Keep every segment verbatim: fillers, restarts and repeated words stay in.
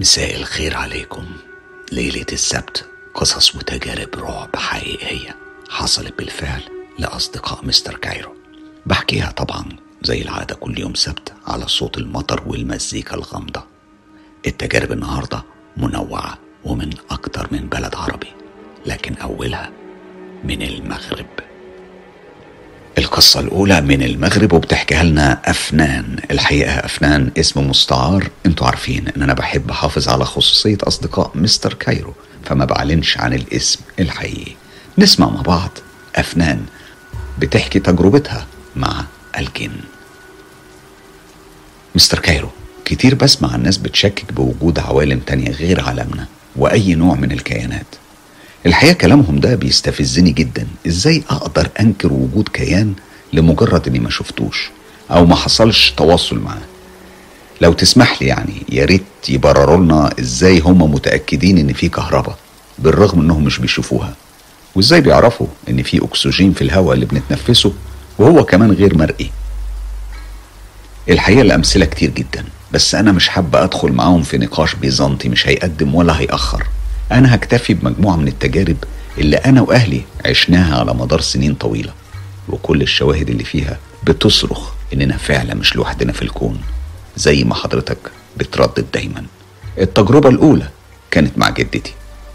مساء الخير عليكم. ليلة السبت قصص وتجارب رعب حقيقية حصلت بالفعل لأصدقاء مستر كايرو. بحكيها طبعا زي العادة كل يوم سبت على صوت المطر والمزيكا الغامضة. التجارب النهاردة منوعة ومن أكتر من بلد عربي، لكن أولها من المغرب. القصة الأولى من المغرب وبتحكيها لنا أفنان. الحقيقة أفنان اسم مستعار، انتوا عارفين ان انا بحب احافظ على خصوصية أصدقاء مستر كايرو، فما بعلنش عن الاسم الحقيقي. نسمع مع بعض أفنان بتحكي تجربتها مع الجن. مستر كايرو، كتير بسمع الناس بتشكك بوجود عوالم تانية غير عالمنا وأي نوع من الكيانات. الحقيقة كلامهم ده بيستفزني جدا. ازاي اقدر انكر وجود كيان لمجرد اني ما شفتوش او ما حصلش تواصل معاه؟ لو تسمح لي يعني يا ريت يبرروا لنا ازاي هم متأكدين ان في كهرباء بالرغم انهم مش بيشوفوها، وازاي بيعرفوا ان في اكسجين في الهواء اللي بنتنفسه وهو كمان غير مرئي. الحقيقة الامثلة كتير جدا، بس انا مش حابة ادخل معاهم في نقاش بيزنطي مش هيقدم ولا هيأخر. أنا هكتفي بمجموعة من التجارب اللي أنا وأهلي عشناها على مدار سنين طويلة، وكل الشواهد اللي فيها بتصرخ إننا فعلا مش لوحدنا في الكون زي ما حضرتك بتردد دايما. التجربة الأولى كانت مع جدتي.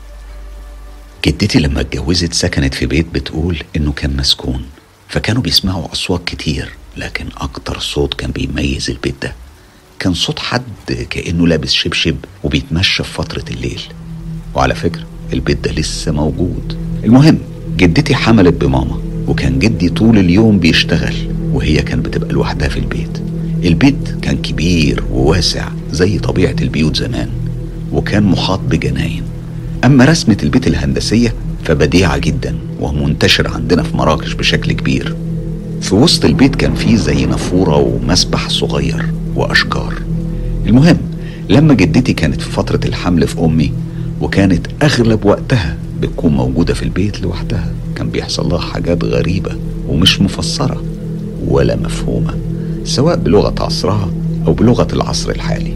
جدتي لما اتجوزت سكنت في بيت بتقول إنه كان مسكون، فكانوا بيسمعوا أصوات كتير، لكن أكتر صوت كان بيميز البيت ده كان صوت حد كأنه لابس شبشب وبيتمشى في فترة الليل. وعلى فكرة البيت ده لسه موجود. المهم جدتي حملت بماما، وكان جدي طول اليوم بيشتغل وهي كان بتبقى لوحدها في البيت. البيت كان كبير وواسع زي طبيعة البيوت زمان، وكان محاط بجناين. أما رسمة البيت الهندسية فبديعة جدا ومنتشر عندنا في مراكش بشكل كبير. في وسط البيت كان فيه زي نافورة ومسبح صغير وأشجار. المهم لما جدتي كانت في فترة الحمل في أمي وكانت أغلب وقتها بتكون موجودة في البيت لوحدها، كان بيحصل لها حاجات غريبة ومش مفسرة ولا مفهومة، سواء بلغة عصرها أو بلغة العصر الحالي.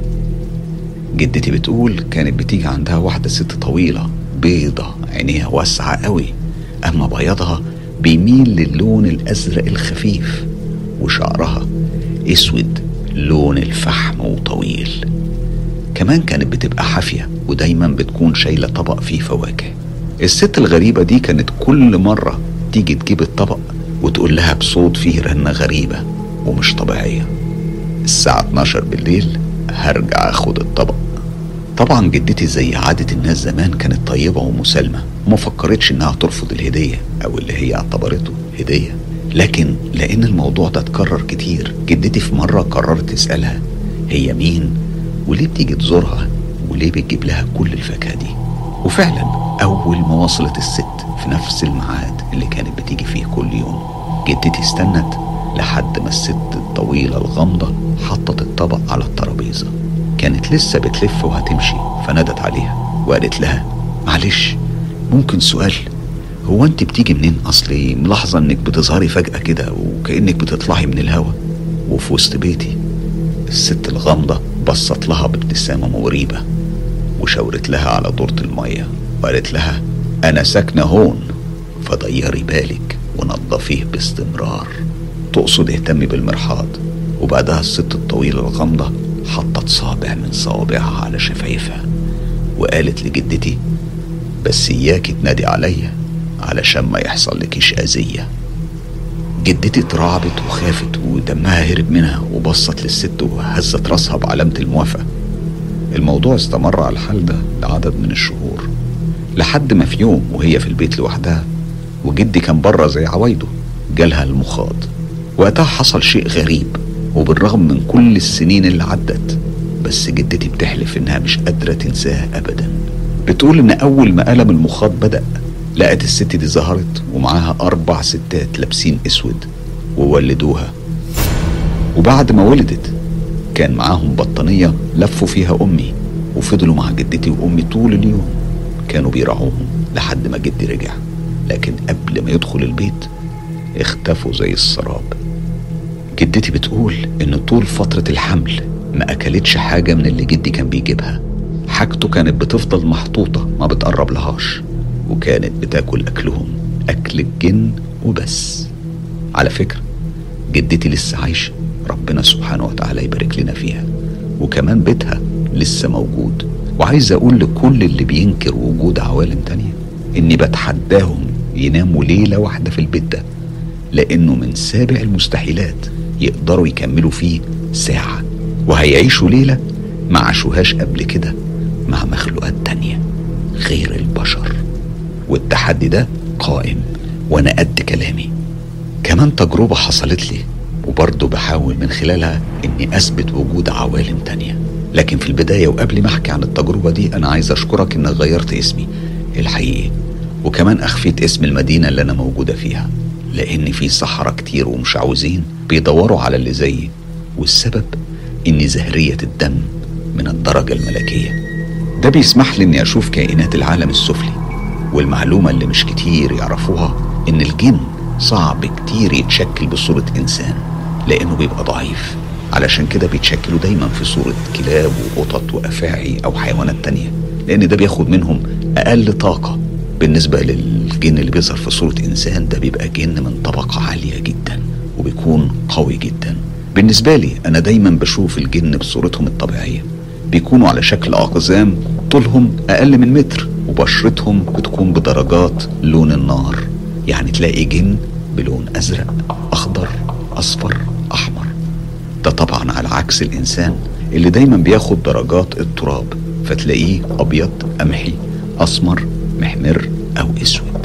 جدتي بتقول كانت بتيجي عندها واحدة ست طويلة بيضة عينيها واسعة قوي، أما بياضها بيميل للون الأزرق الخفيف، وشعرها أسود لون الفحم وطويل. كمان كانت بتبقى حافية ودايما بتكون شايلة طبق فيه فواكه. الست الغريبة دي كانت كل مرة تيجي تجيب الطبق وتقول لها بصوت فيه رنة غريبة ومش طبيعية: الساعة اتناشر بالليل هرجع اخد الطبق. طبعا جدتي زي عادة الناس زمان كانت طيبة ومسالمة، وما فكرتش انها ترفض الهدية او اللي هي اعتبرته هدية. لكن لان الموضوع ده اتكرر كتير، جدتي في مرة قررت تسألها هي مين وليه بتيجي تزورها وليه بتجيب لها كل الفاكهة دي. وفعلا أول ما وصلت الست في نفس الميعاد اللي كانت بتيجي فيه كل يوم، جدتي استنت لحد ما الست الطويلة الغامضة حطت الطبق على الترابيزة. كانت لسه بتلف وهتمشي فنادت عليها وقالت لها: معلش ممكن سؤال؟ هو انت بتيجي منين؟ اصلي ملاحظة انك بتظهري فجأة كده وكأنك بتطلعي من الهوا وفي وسط بيتي. الست الغامضة بصت لها بابتسامة مريبة وشاورت لها على دورة المية وقالت لها: أنا ساكنة هون، فضيري بالك ونظفيه باستمرار. تقصد اهتمي بالمرحاض. وبعدها الست الطويلة الغامضة حطت صابع من صوابعها على شفايفها وقالت لجدتي: بس إياكي تنادي عليا علشان ما يحصل لكيش أذية. جدتي اترعبت وخافت ودمها هرب منها وبصت للست وهزت راسها بعلامة الموافقة. الموضوع استمر على الحال ده لعدد من الشهور، لحد ما في يوم وهي في البيت لوحدها وجدي كان بره زي عوايده جالها المخاض. وقتها حصل شيء غريب، وبالرغم من كل السنين اللي عدت بس جدتي بتحلف انها مش قادرة تنساها ابدا. بتقول ان اول ما ألم المخاض بدأ لقت الست دي ظهرت ومعاها أربع ستات لابسين أسود وولدوها، وبعد ما ولدت كان معاهم بطانية لفوا فيها أمي وفضلوا مع جدتي وأمي طول اليوم. كانوا بيرعوهم لحد ما جدي رجع، لكن قبل ما يدخل البيت اختفوا زي السراب. جدتي بتقول إن طول فترة الحمل ما أكلتش حاجة من اللي جدي كان بيجيبها، حاجته كانت بتفضل محطوطة ما بتقرب لهاش، وكانت بتاكل أكلهم أكل الجن وبس. على فكرة جدتي لسه عايشة، ربنا سبحانه وتعالى يبارك لنا فيها، وكمان بيتها لسه موجود. وعايز أقول لكل اللي بينكر وجود عوالم تانية إني بتحداهم يناموا ليلة واحدة في البيت ده، لأنه من سابع المستحيلات يقدروا يكملوا فيه ساعة، وهيعيشوا ليلة ما عاشوهاش قبل كده مع مخلوقات تانية غير البشر. والتحدي ده قائم وأنا قد كلامي. كمان تجربة حصلت لي وبرضه بحاول من خلالها إني أثبت وجود عوالم تانية. لكن في البداية وقبل ما أحكي عن التجربة دي أنا عايز أشكرك إنك غيرت اسمي الحقيقي، وكمان أخفيت اسم المدينة اللي أنا موجودة فيها، لأن في سحرة كتير ومشعوذين بيدوروا على اللي زيي، والسبب إني زهرية الدم من الدرجة الملكية. ده بيسمح لي إني أشوف كائنات العالم السفلي. والمعلومة اللي مش كتير يعرفوها إن الجن صعب كتير يتشكل بصورة إنسان، لأنه بيبقى ضعيف، علشان كده بيتشكلوا دايما في صورة كلاب وقطط وأفاعي أو حيوانات تانية، لأن ده بياخد منهم أقل طاقة. بالنسبة للجن اللي بيظهر في صورة إنسان ده بيبقى جن من طبقة عالية جدا وبيكون قوي جدا. بالنسبة لي أنا دايما بشوف الجن بصورتهم الطبيعية، بيكونوا على شكل أقزام طولهم أقل من متر، وبشرتهم بتكون بدرجات لون النار، يعني تلاقي جن بلون أزرق أخضر أصفر أحمر. ده طبعا على عكس الإنسان اللي دايما بياخد درجات التراب، فتلاقيه أبيض قمحي أسمر محمر أو أسود.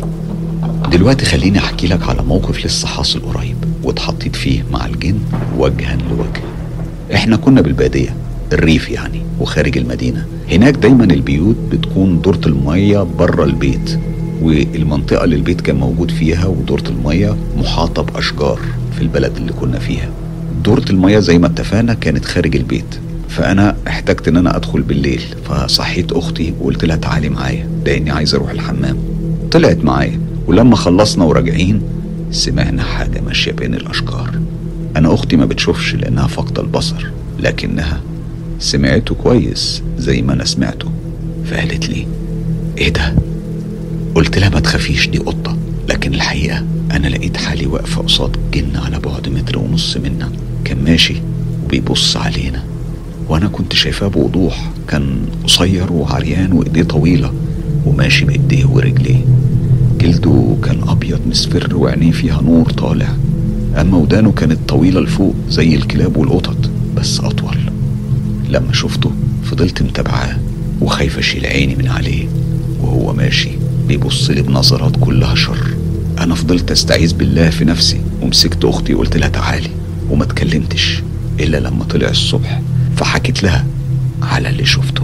دلوقتي خليني أحكي لك على موقف لسه حاصل قريب واتحطيت فيه مع الجن وجها لوجه. احنا كنا بالبادية الريف يعني وخارج المدينة. هناك دايما البيوت بتكون دورة المية بره البيت، والمنطقة اللي البيت كان موجود فيها ودورة المية محاطة بأشجار في البلد اللي كنا فيها. دورة المية زي ما اتفقنا كانت خارج البيت، فأنا احتجت ان انا ادخل بالليل، فصحيت اختي وقلت لها تعالي معايا لاني عايز اروح الحمام. طلعت معايا، ولما خلصنا وراجعين سمعنا حاجة ماشية بين الاشجار. انا اختي ما بتشوفش لانها فاقدة البصر، لكنها سمعته كويس زي ما انا سمعته، فقالت لي ايه ده؟ قلت لها ما تخافيش دي قطة، لكن الحقيقة انا لقيت حالي واقفة قصاد جن على بعد متر ونص منا، كان ماشي وبيبص علينا، وانا كنت شايفاه بوضوح. كان قصير وعريان وايديه طويلة وماشي بايديه ورجليه. جلده كان ابيض مصفر وعينيه فيها نور طالع، اما ودانه كانت طويلة لفوق زي الكلاب والقطط بس اطول. لما شفته فضلت متابعاه وخايفة اشيل عيني من عليه وهو ماشي بيبص لي بنظرات كلها شر. انا فضلت استعيذ بالله في نفسي ومسكت اختي وقلت لها تعالي، وما اتكلمتش الا لما طلع الصبح فحكيت لها على اللي شفته.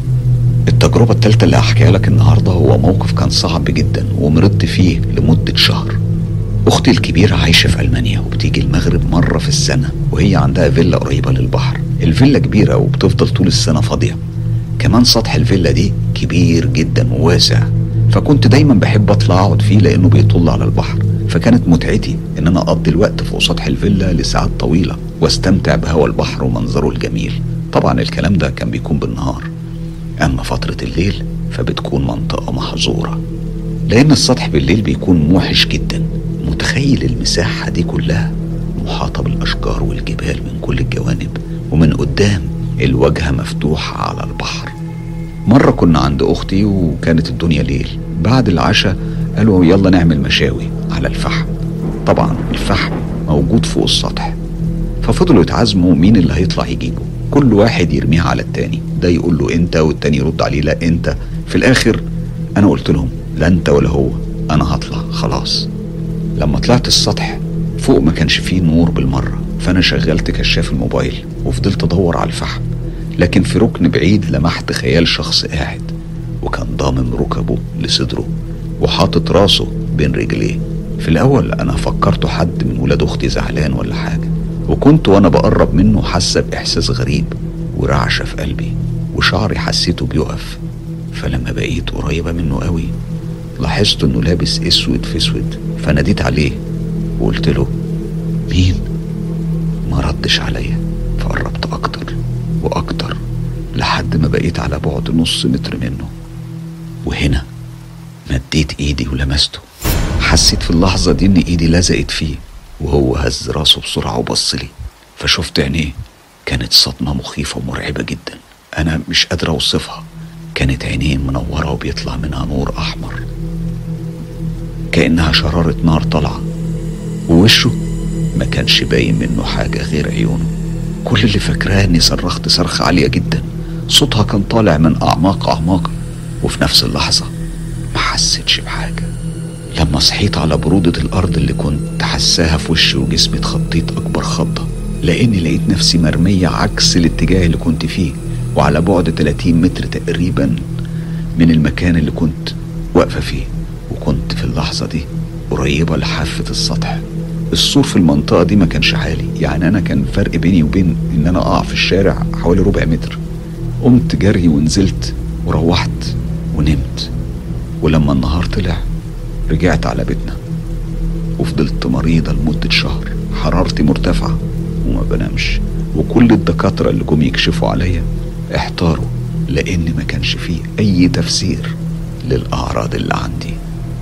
التجربة الثالثة اللي هحكيها لك النهاردة هو موقف كان صعب جدا ومرضت فيه لمدة شهر. اختي الكبيرة عايشة في ألمانيا وبتيجي المغرب مرة في السنة، وهي عندها فيلا قريبة للبحر. الفيلا كبيرة وبتفضل طول السنة فاضية، كمان سطح الفيلا دي كبير جدا وواسع، فكنت دايما بحب اطلع اقعد فيه لانه بيطل على البحر. فكانت متعتي ان انا اقضي الوقت فوق سطح الفيلا لساعات طويلة واستمتع بهواء البحر ومنظره الجميل. طبعا الكلام ده كان بيكون بالنهار، اما فترة الليل فبتكون منطقة محظورة لان السطح بالليل بيكون موحش جدا. متخيل المساحة دي كلها محاطة بالاشجار والجبال من كل الجوانب، ومن قدام الواجهة مفتوحة على البحر. مرة كنا عند اختي وكانت الدنيا ليل، بعد العشاء قالوا يلا نعمل مشاوي على الفحم. طبعا الفحم موجود فوق السطح، ففضلوا يتعزموا مين اللي هيطلع يجيبه، كل واحد يرميها على التاني، ده يقول له انت والتاني يرد عليه لا انت. في الاخر انا قلت لهم لا انت ولا هو، انا هطلع خلاص. لما طلعت السطح فوق ما كانش فيه نور بالمرة، فانا شغلت كشاف الموبايل وفضلت ادور على الفحم، لكن في ركن بعيد لمحت خيال شخص قاعد وكان ضامم ركبه لصدره وحاطط راسه بين رجليه. في الاول انا فكرته حد من ولاد اختي زعلان ولا حاجة، وكنت وانا بقرب منه حاسة باحساس غريب ورعشة في قلبي وشعري حسيته بيقف. فلما بقيت قريبة منه قوي لاحظت انه لابس اسود في اسود، فناديت عليه وقلت له مين؟ ما ردش عليا، فقربت اكتر واكتر لحد ما بقيت على بعد نص متر منه. وهنا مديت ايدي ولمسته. حسيت في اللحظة دي ان ايدي لزقت فيه، وهو هز راسه بسرعة وبصلي، فشفت عينيه. كانت صدمة مخيفة ومرعبة جدا، انا مش قادر اوصفها. كانت عينيه منورة وبيطلع منها نور احمر كأنها شرارة نار طالعة، ووشه ما كانش باين منه حاجة غير عيونه. كل اللي فاكراه اني صرخت صرخة عالية جدا، صوتها كان طالع من اعماق اعماق، وفي نفس اللحظة ما حسيتش بحاجة. لما صحيت على برودة الارض اللي كنت حساها في وشي وجسمي، اتخطيت اكبر خضة، لاني لقيت نفسي مرمية عكس الاتجاه اللي كنت فيه، وعلى بعد ثلاثين متر تقريبا من المكان اللي كنت واقفة فيه. وكنت في اللحظة دي قريبة لحافة السطح. السور في المنطقة دي ما كانش عالي، يعني أنا كان فرق بيني وبين إن أنا أقع في الشارع حوالي ربع متر. قمت جري ونزلت وروحت ونمت. ولما النهار طلع رجعت على بيتنا، وفضلت مريضة لمدة شهر، حرارتي مرتفعة وما بنامش. وكل الدكاترة اللي جم يكشفوا عليا احتاروا، لأن ما كانش فيه أي تفسير للأعراض اللي عندي.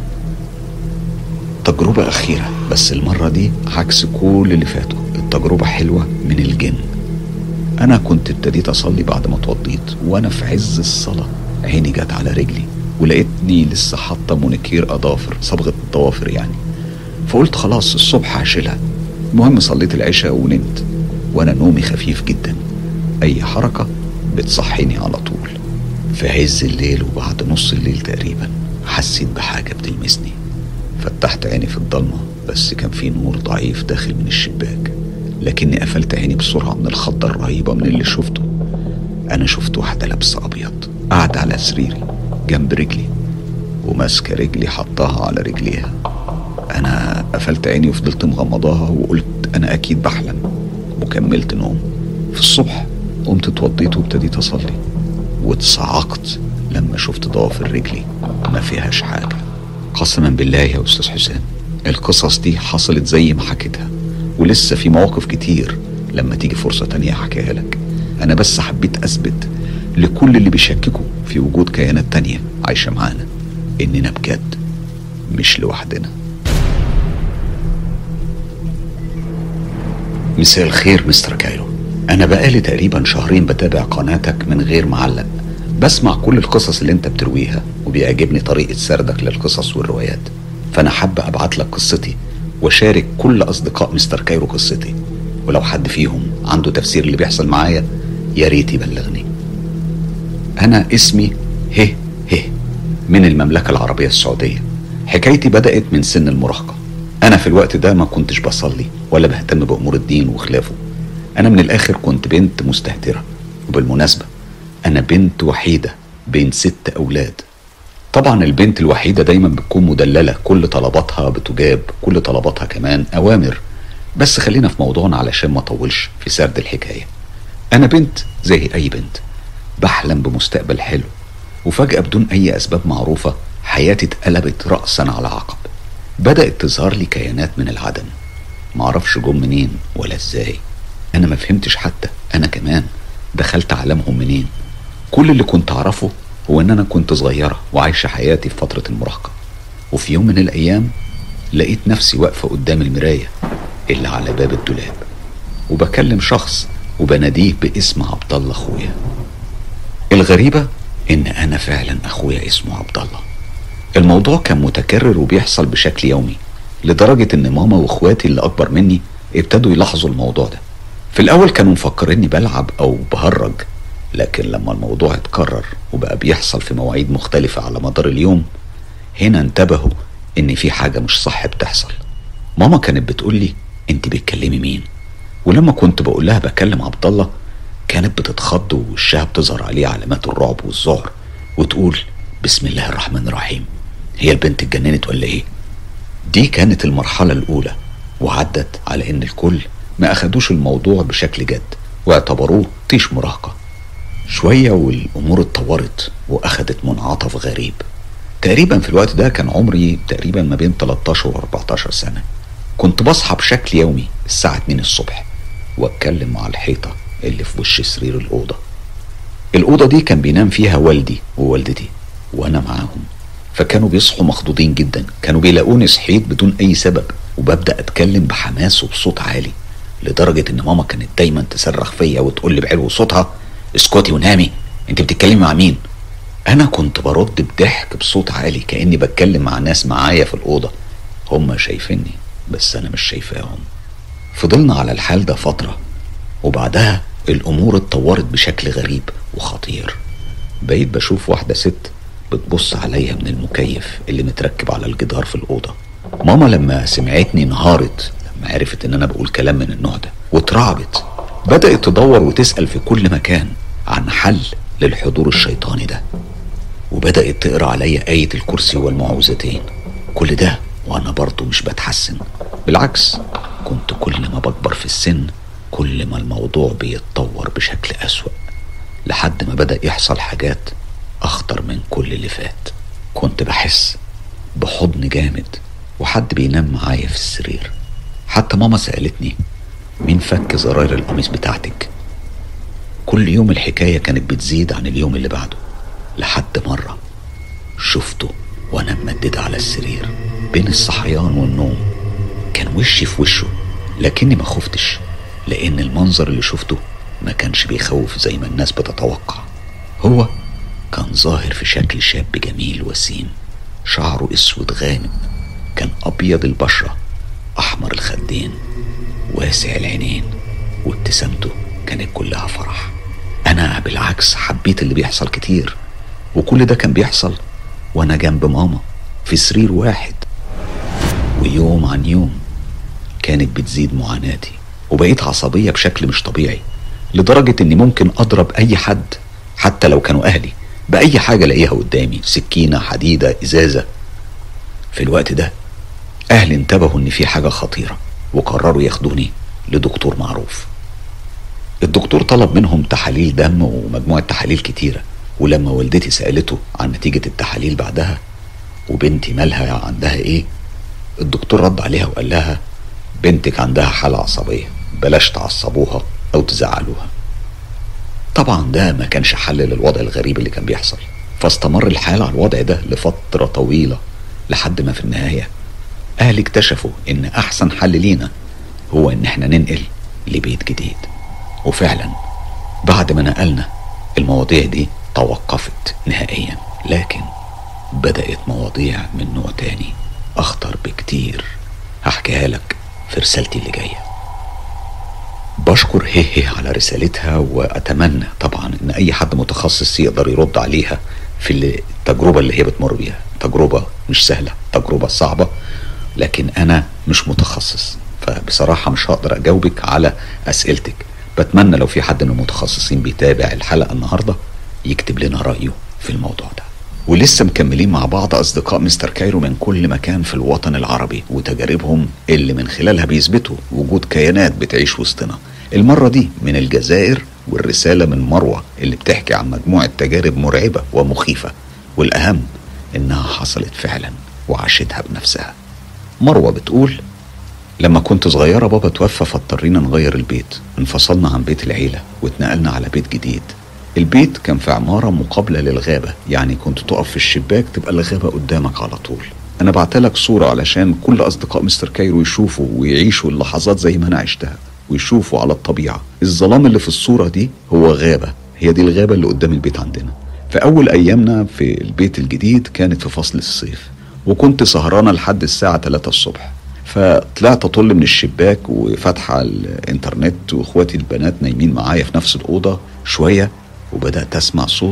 تجربة أخيرة، بس المرة دي عكس كل اللي فاتوا. التجربة حلوة من الجن. أنا كنت ابتديت أصلي بعد ما اتوضيت، وأنا في عز الصلاة عيني جت على رجلي، ولقيتني لسه حاطة مونيكير أظافر، صبغة الضوافر يعني. فقلت خلاص الصبح هشيلها. المهم صليت العشاء ونمت، وأنا نومي خفيف جدا، أي حركة بتصحيني على طول. في عز الليل وبعد نص الليل تقريبا حسيت بحاجة بتلمسني. فتحت عيني في الضلمة، بس كان في نور ضعيف داخل من الشباك، لكني قفلت عيني بسرعة من الخضة الرهيبة من اللي شفته. أنا شفت واحدة لابسة أبيض قاعدة على سريري جنب رجلي، وماسكة رجلي حطاها على رجليها. أنا قفلت عيني وفضلت مغمضاها، وقلت أنا أكيد بحلم، وكملت نوم. في الصبح قمت اتوضيت وابتديت أصلي، واتصعقت لما شفت ضوافر رجلي ما فيهاش حاجة. قسما بالله يا أستاذ حسام، القصص دي حصلت زي ما حكيتها، ولسه في مواقف كتير لما تيجي فرصة تانية أحكيها لك. أنا بس حبيت أثبت لكل اللي بيشككوا في وجود كيانات تانية عايشة معانا إننا بجد مش لوحدنا. مساء الخير مستر كايرو. أنا بقالي تقريبا شهرين بتابع قناتك من غير معلق، بسمع كل القصص اللي انت بترويها، وبيعجبني طريقة سردك للقصص والروايات. فأنا حابة أبعت لك قصتي وشارك كل أصدقاء مستر كايرو قصتي، ولو حد فيهم عنده تفسير اللي بيحصل معايا يا ريت يبلغني. أنا اسمي هه هه من المملكة العربية السعودية. حكايتي بدأت من سن المراهقة. أنا في الوقت ده ما كنتش بصلي ولا بهتم بأمور الدين وخلافه. أنا من الآخر كنت بنت مستهترة، وبالمناسبة أنا بنت وحيدة بين ست أولاد. طبعا البنت الوحيدة دايما بتكون مدللة، كل طلباتها بتجاب، كل طلباتها كمان أوامر. بس خلينا في موضوعنا علشان ما أطولش في سرد الحكاية. أنا بنت زي أي بنت بحلم بمستقبل حلو، وفجأة بدون أي أسباب معروفة حياتي اتقلبت رأسا على عقب. بدأت تظهر لي كيانات من العدم، معرفش جم منين ولا ازاي. أنا ما فهمتش حتى أنا كمان دخلت عالمهم منين. كل اللي كنت أعرفه هو أن أنا كنت صغيرة وعايشة حياتي في فترة المراهقة. وفي يوم من الأيام لقيت نفسي واقفة قدام المراية اللي على باب الدولاب، وبكلم شخص وبناديه باسم عبد الله أخويا. الغريبة إن أنا فعلا أخويا اسمه عبد الله. الموضوع كان متكرر وبيحصل بشكل يومي، لدرجة إن ماما وإخواتي اللي أكبر مني ابتدوا يلاحظوا الموضوع ده. في الأول كانوا مفكريني بلعب أو بهرج، لكن لما الموضوع اتكرر وبقى بيحصل في مواعيد مختلفة على مدار اليوم، هنا انتبهوا إن في حاجة مش صح بتحصل. ماما كانت بتقولي انت بتكلمي مين؟ ولما كنت بقول لها بكلم عبد الله كانت بتتخض ووشها بتظهر عليه علامات الرعب والذعر، وتقول بسم الله الرحمن الرحيم، هي البنت اتجننت ولا ايه؟ دي كانت المرحلة الأولى، وعدت على إن الكل ما أخدوش الموضوع بشكل جد واعتبروه طيش مراهقة. شوية والأمور اتطورت وأخدت منعطف غريب. تقريبا في الوقت ده كان عمري تقريبا ما بين تلتاشر و اربعتاشر سنة. كنت بصحى بشكل يومي الساعة اتنين الصبح واتكلم مع الحيطة اللي في وش سرير الأوضة. الأوضة دي كان بينام فيها والدي ووالدتي وأنا معاهم، فكانوا بيصحوا مخضوضين جدا، كانوا بيلاقوني صحيت بدون أي سبب وببدأ أتكلم بحماس وبصوت عالي، لدرجة إن ماما كانت دايما تصرخ فيا وتقول لي بعلو صوتها: اسكتي ونامي، انت بتتكلمي مع مين؟ أنا كنت برد بضحك بصوت عالي كأني بتكلم مع ناس معايا في الأوضة، هم شايفيني بس أنا مش شايفاهم. فضلنا على الحال ده فترة، وبعدها الأمور اتطورت بشكل غريب وخطير. بقيت بشوف واحدة ست بتبص عليا من المكيف اللي متركب على الجدار في الأوضة. ماما لما سمعتني انهارت لما عرفت ان انا بقول كلام من النوع ده واترعبت، بدأت تدور وتسأل في كل مكان عن حل للحضور الشيطاني ده، وبدأت تقرأ عليا آية الكرسي والمعوذتين. كل ده وانا برضو مش بتحسن، بالعكس كنت كل ما بكبر في السن كل ما الموضوع بيتطور بشكل أسوأ، لحد ما بدأ يحصل حاجات أخطر من كل اللي فات. كنت بحس بحضن جامد وحد بينام معايا في السرير. حتى ماما سألتني: مين فك زراير القميص بتاعتك؟ كل يوم الحكاية كانت بتزيد عن اليوم اللي بعده، لحد مرة شفته وانا ممددة على السرير بين الصحيان والنوم. كان وشي في وشه، لكني ما خفتش لان المنظر اللي شفته ما كانش بيخوف زي ما الناس بتتوقع. هو كان ظاهر في شكل شاب جميل وسيم، شعره اسود غامق، كان ابيض البشرة، احمر الخدين، واسع العينين، وابتسامته كانت كلها فرح. انا بالعكس حبيت اللي بيحصل كتير، وكل ده كان بيحصل وانا جنب ماما في سرير واحد. ويوم عن يوم كانت بتزيد معاناتي، وبقيت عصبية بشكل مش طبيعي، لدرجة اني ممكن اضرب اي حد حتى لو كانوا اهلي باي حاجة الاقيها قدامي، سكينة، حديدة، ازازة. في الوقت ده اهلي انتبهوا ان في حاجة خطيرة وقرروا ياخدوني لدكتور معروف. الدكتور طلب منهم تحاليل دم ومجموعة تحاليل كتيرة، ولما والدتي سألته عن نتيجة التحاليل بعدها وبنتي مالها عندها ايه، الدكتور رد عليها وقال لها: بنتك عندها حالة عصبية، بلاش تعصبوها او تزعلوها. طبعا ده ما كانش حل للوضع الغريب اللي كان بيحصل، فاستمر الحال على الوضع ده لفترة طويلة، لحد ما في النهاية اهلي اكتشفوا ان احسن حل لينا هو ان احنا ننقل لبيت جديد. وفعلا بعد ما نقلنا المواضيع دي توقفت نهائيا، لكن بدأت مواضيع من نوع تاني اخطر بكتير، هحكيها لك في رسالتي اللي جاية. بشكر هيهي على رسالتها، واتمنى طبعا ان اي حد متخصص يقدر يرد عليها في التجربة اللي هي بتمر بيها. تجربة مش سهلة، تجربة صعبة، لكن انا مش متخصص، فبصراحة مش هقدر اجاوبك على اسئلتك. بتمنى لو في حد من المتخصصين بيتابع الحلقة النهاردة يكتب لنا رأيه في الموضوع ده. ولسه مكملين مع بعض أصدقاء مستر كايرو من كل مكان في الوطن العربي وتجاربهم اللي من خلالها بيثبتوا وجود كيانات بتعيش وسطنا. المرة دي من الجزائر، والرسالة من مروة اللي بتحكي عن مجموعة تجارب مرعبة ومخيفة، والأهم إنها حصلت فعلا وعاشتها بنفسها. مروة بتقول: لما كنت صغيرة بابا توفى فاضطرينا نغير البيت، انفصلنا عن بيت العيلة واتنقلنا على بيت جديد. البيت كان في عمارة مقابلة للغابة، يعني كنت تقف في الشباك تبقى الغابة قدامك على طول. انا بعتلك صورة علشان كل اصدقاء مستر كايرو يشوفوا ويعيشوا اللحظات زي ما انا عشتها، ويشوفوا على الطبيعة. الظلام اللي في الصورة دي هو غابة، هي دي الغابة اللي قدام البيت عندنا. في اول ايامنا في البيت الجديد كانت في فصل الصيف، وكنت سهرانة لحد الساعة ثلاثة الصبح، فطلعت اطل من الشباك وفتحة الانترنت، واخواتي البنات نايمين معايا في نفس الأوضة شوية، وبدأت اسمع صوت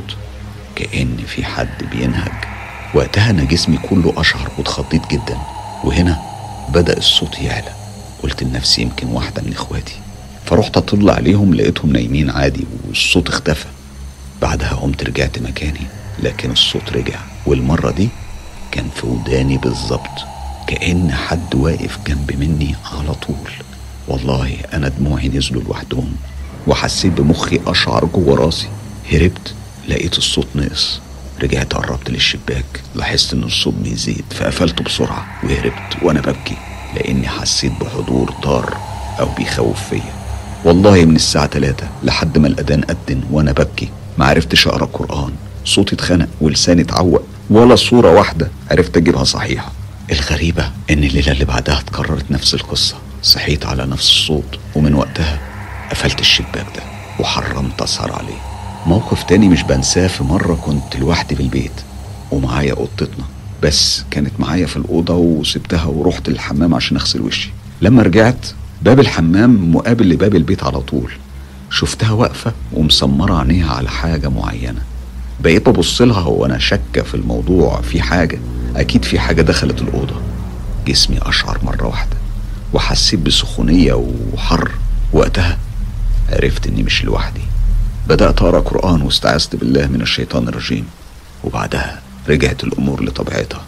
كأن في حد بينهج. وقتها انا جسمي كله اشعر واتخضيت جدا، وهنا بدأ الصوت يعلى. قلت لنفسي يمكن واحدة من اخواتي، فرحت اطل عليهم لقيتهم نايمين عادي والصوت اختفى. بعدها قمت رجعت مكاني، لكن الصوت رجع، والمرة دي كان في وداني بالظبط، كأن حد واقف جنب مني على طول. والله انا دموعي نزلوا لوحدهم، وحسيت بمخي اشعر جوه راسي. هربت، لقيت الصوت نقص، رجعت قربت للشباك، لاحظت ان الصوت بيزيد فقفلته بسرعة وهربت وانا ببكي، لاني حسيت بحضور ضار او بيخوف فيا. والله من الساعة ثلاثة لحد ما الاذان أذن وانا ببكي، معرفتش اقرا قرآن، صوتي اتخنق ولساني اتعوق، ولا صورة واحدة عرفت اجيبها صحيحة. الغريبة ان الليلة اللي بعدها اتكررت نفس القصة، صحيت على نفس الصوت، ومن وقتها قفلت الشباك ده وحرمت اسهر عليه. موقف تاني مش بنساه، في مرة كنت لوحدي في البيت ومعايا قطتنا، بس كانت معايا في الأوضة وسبتها ورحت للحمام عشان اغسل وشي. لما رجعت باب الحمام مقابل لباب البيت على طول، شفتها واقفة ومسمرة عينيها على حاجة معينة. بقيت ببص لها وانا شاكة في الموضوع، في حاجة، اكيد في حاجة دخلت الأوضة. جسمي اشعر مرة واحدة وحسيت بسخونية وحر. وقتها عرفت اني مش لوحدي. بدأت اقرأ قرآن واستعذت بالله من الشيطان الرجيم، وبعدها رجعت الامور لطبيعتها.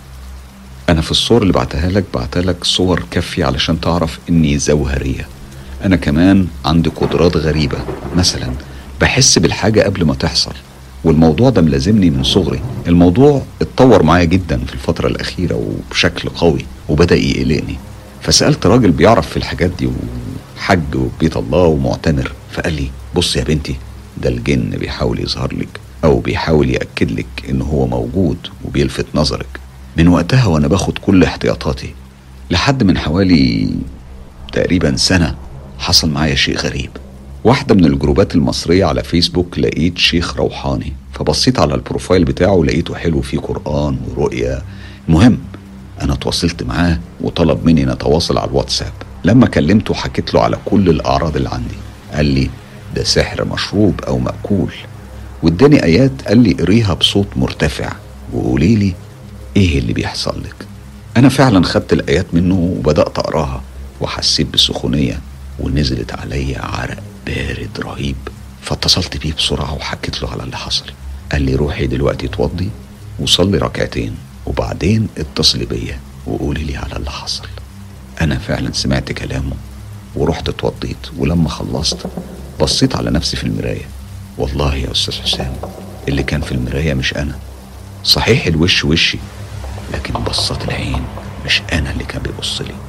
انا في الصور اللي بعتها لك بعتها لك صور كافية علشان تعرف اني زوهرية. انا كمان عندي قدرات غريبة، مثلا بحس بالحاجة قبل ما تحصل، والموضوع ده ملازمني من صغري. الموضوع اتطور معايا جدا في الفترة الأخيرة وبشكل قوي وبدأ يقلقني. فسألت راجل بيعرف في الحاجات دي وحج وبيت الله ومعتمر، فقال لي بص يا بنتي، ده الجن بيحاول يظهر لك أو بيحاول يأكد لك إن هو موجود وبيلفت نظرك. من وقتها وأنا باخد كل احتياطاتي، لحد من حوالي تقريبا سنة حصل معايا شيء غريب. واحدة من الجروبات المصرية على فيسبوك لقيت شيخ روحاني، فبصيت على البروفايل بتاعه لقيته حلو فيه قرآن ورؤية. المهم أنا تواصلت معاه وطلب مني نتواصل على الواتساب. لما كلمته حكيت له على كل الأعراض اللي عندي، قال لي ده سحر مشروب أو مأكول، واداني آيات قال لي قريها بصوت مرتفع وقولي لي إيه اللي بيحصل لك. أنا فعلا خدت الآيات منه وبدأت أقراها، وحسيت بسخونية ونزلت عليا عرق بارد رهيب. فاتصلت بيه بسرعة وحكيت له على اللي حصل. قال لي روحي دلوقتي اتوضي وصلي ركعتين وبعدين اتصلي بيا وقولي لي على اللي حصل. انا فعلا سمعت كلامه ورحت اتوضيت، ولما خلصت بصيت على نفسي في المراية. والله يا استاذ حسام اللي كان في المراية مش انا. صحيح الوش وشي، لكن بصات العين مش انا اللي كان بيبص لي.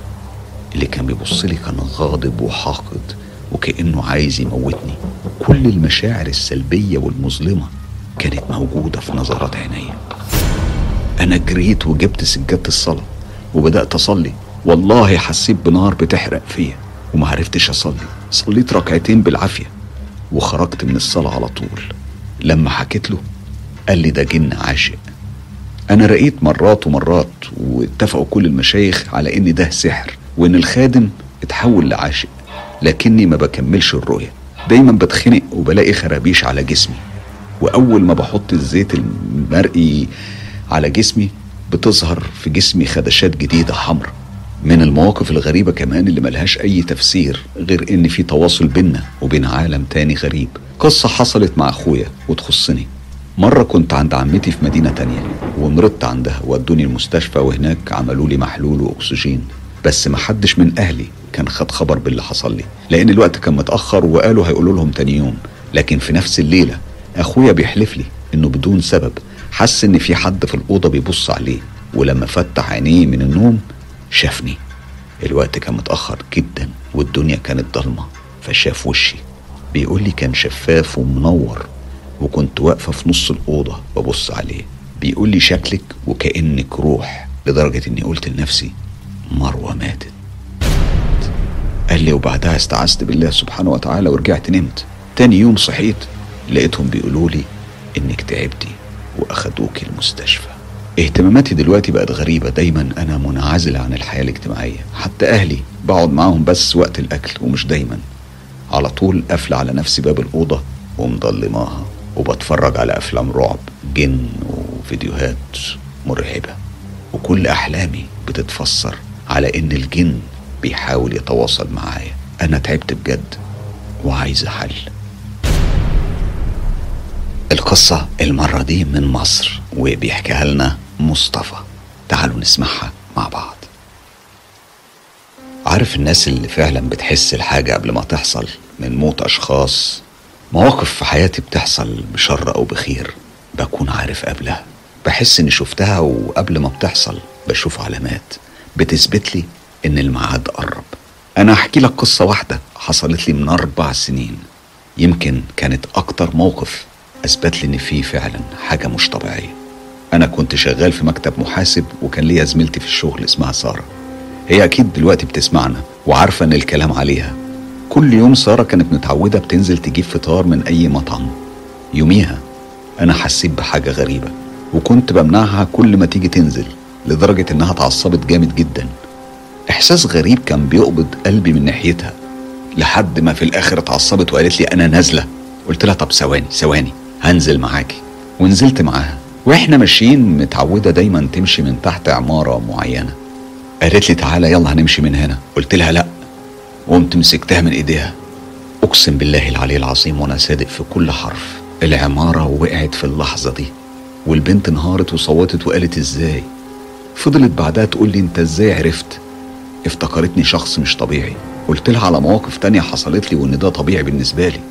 اللي كان بيبص لي كان غاضب وحاقد وكأنه عايز يموتني. كل المشاعر السلبية والمظلمة كانت موجودة في نظرات عينيا. أنا جريت وجبت سجادة الصلاة وبدأت أصلي. والله حسيت بنار بتحرق فيا ومعرفتش أصلي. صليت ركعتين بالعافية وخرجت من الصلاة على طول. لما حكيت له قال لي ده جن عاشق. أنا رأيت مرات ومرات، واتفقوا كل المشايخ على إن ده سحر وإن الخادم اتحول لعاشق، لكني ما بكملش الرؤية. دايما بتخنق وبلاقي خرابيش على جسمي، وأول ما بحط الزيت المرئي على جسمي بتظهر في جسمي خدشات جديدة حمراء. من المواقف الغريبة كمان اللي ملهاش أي تفسير غير إن في تواصل بينا وبين عالم تاني غريب. قصة حصلت مع أخويا وتخصني. مرة كنت عند عمتي في مدينة تانية ومرضت عندها، ودوني المستشفى وهناك عملوا لي محلول وأكسجين، بس محدش من أهلي كان خد خبر باللي حصل لي لأن الوقت كان متأخر وقالوا هيقولوا لهم تاني يوم. لكن في نفس الليلة أخويا بيحلف لي إنه بدون سبب حس إن في حد في الأوضة بيبص عليه، ولما فتح عينيه من النوم شافني. الوقت كان متأخر جدا والدنيا كانت ضلمة، فشاف وشي. بيقول لي كان شفاف ومنور، وكنت واقفة في نص الأوضة ببص عليه. بيقول لي شكلك وكأنك روح، لدرجة إني قلت لنفسي مروة ماتت. قال لي وبعدها استعذت بالله سبحانه وتعالى ورجعت نمت. تاني يوم صحيت لقيتهم بيقولوا لي إنك تعبتي وأخدوك المستشفى. اهتماماتي دلوقتي بقت غريبة، دايما أنا منعزلة عن الحياة الاجتماعية. حتى أهلي بقعد معاهم بس وقت الأكل ومش دايما. على طول قافلة على نفسي باب الأوضة ومضلماها، وبتفرج على أفلام رعب جن وفيديوهات مرعبة، وكل أحلامي بتتفسر على إن الجن بيحاول يتواصل معايا. أنا تعبت بجد وعايز حل. القصة المرة دي من مصر وبيحكيها لنا مصطفى. تعالوا نسمعها مع بعض. عارف الناس اللي فعلا بتحس الحاجة قبل ما تحصل، من موت أشخاص، مواقف في حياتي بتحصل بشر أو بخير بكون عارف قبلها. بحس إني شفتها، وقبل ما بتحصل بشوف علامات بتثبت لي إن الميعاد قرب. أنا أحكي لك قصة واحدة حصلت لي من أربع سنين، يمكن كانت أكتر موقف أثبت لي إن في فعلا حاجة مش طبيعية. أنا كنت شغال في مكتب محاسب، وكان ليا زميلتي في الشغل اسمها سارة. هي أكيد دلوقتي بتسمعنا وعارفة إن الكلام عليها. كل يوم سارة كانت متعودة بتنزل تجيب فطار من أي مطعم. يوميها أنا حسيت بحاجة غريبة، وكنت بمنعها كل ما تيجي تنزل، لدرجة إنها اتعصبت جامد جدا. إحساس غريب كان بيقبض قلبي من ناحيتها، لحد ما في الآخر اتعصبت وقالت لي أنا نازلة. قلت لها طب ثواني ثواني هنزل معاكي، ونزلت معاها. وإحنا ماشيين متعودة دايما تمشي من تحت عمارة معينة. قالت لي تعالى يلا هنمشي من هنا. قلت لها لأ، وقمت مسكتها من إيديها. أقسم بالله العلي العظيم وأنا صادق في كل حرف، العمارة وقعت في اللحظة دي، والبنت انهارت وصوتت وقالت ازاي. فضلت بعدها تقول لي انت ازاي عرفت؟ افتكرتني شخص مش طبيعي. قلت لها على مواقف تانية حصلت لي وان ده طبيعي بالنسبة لي،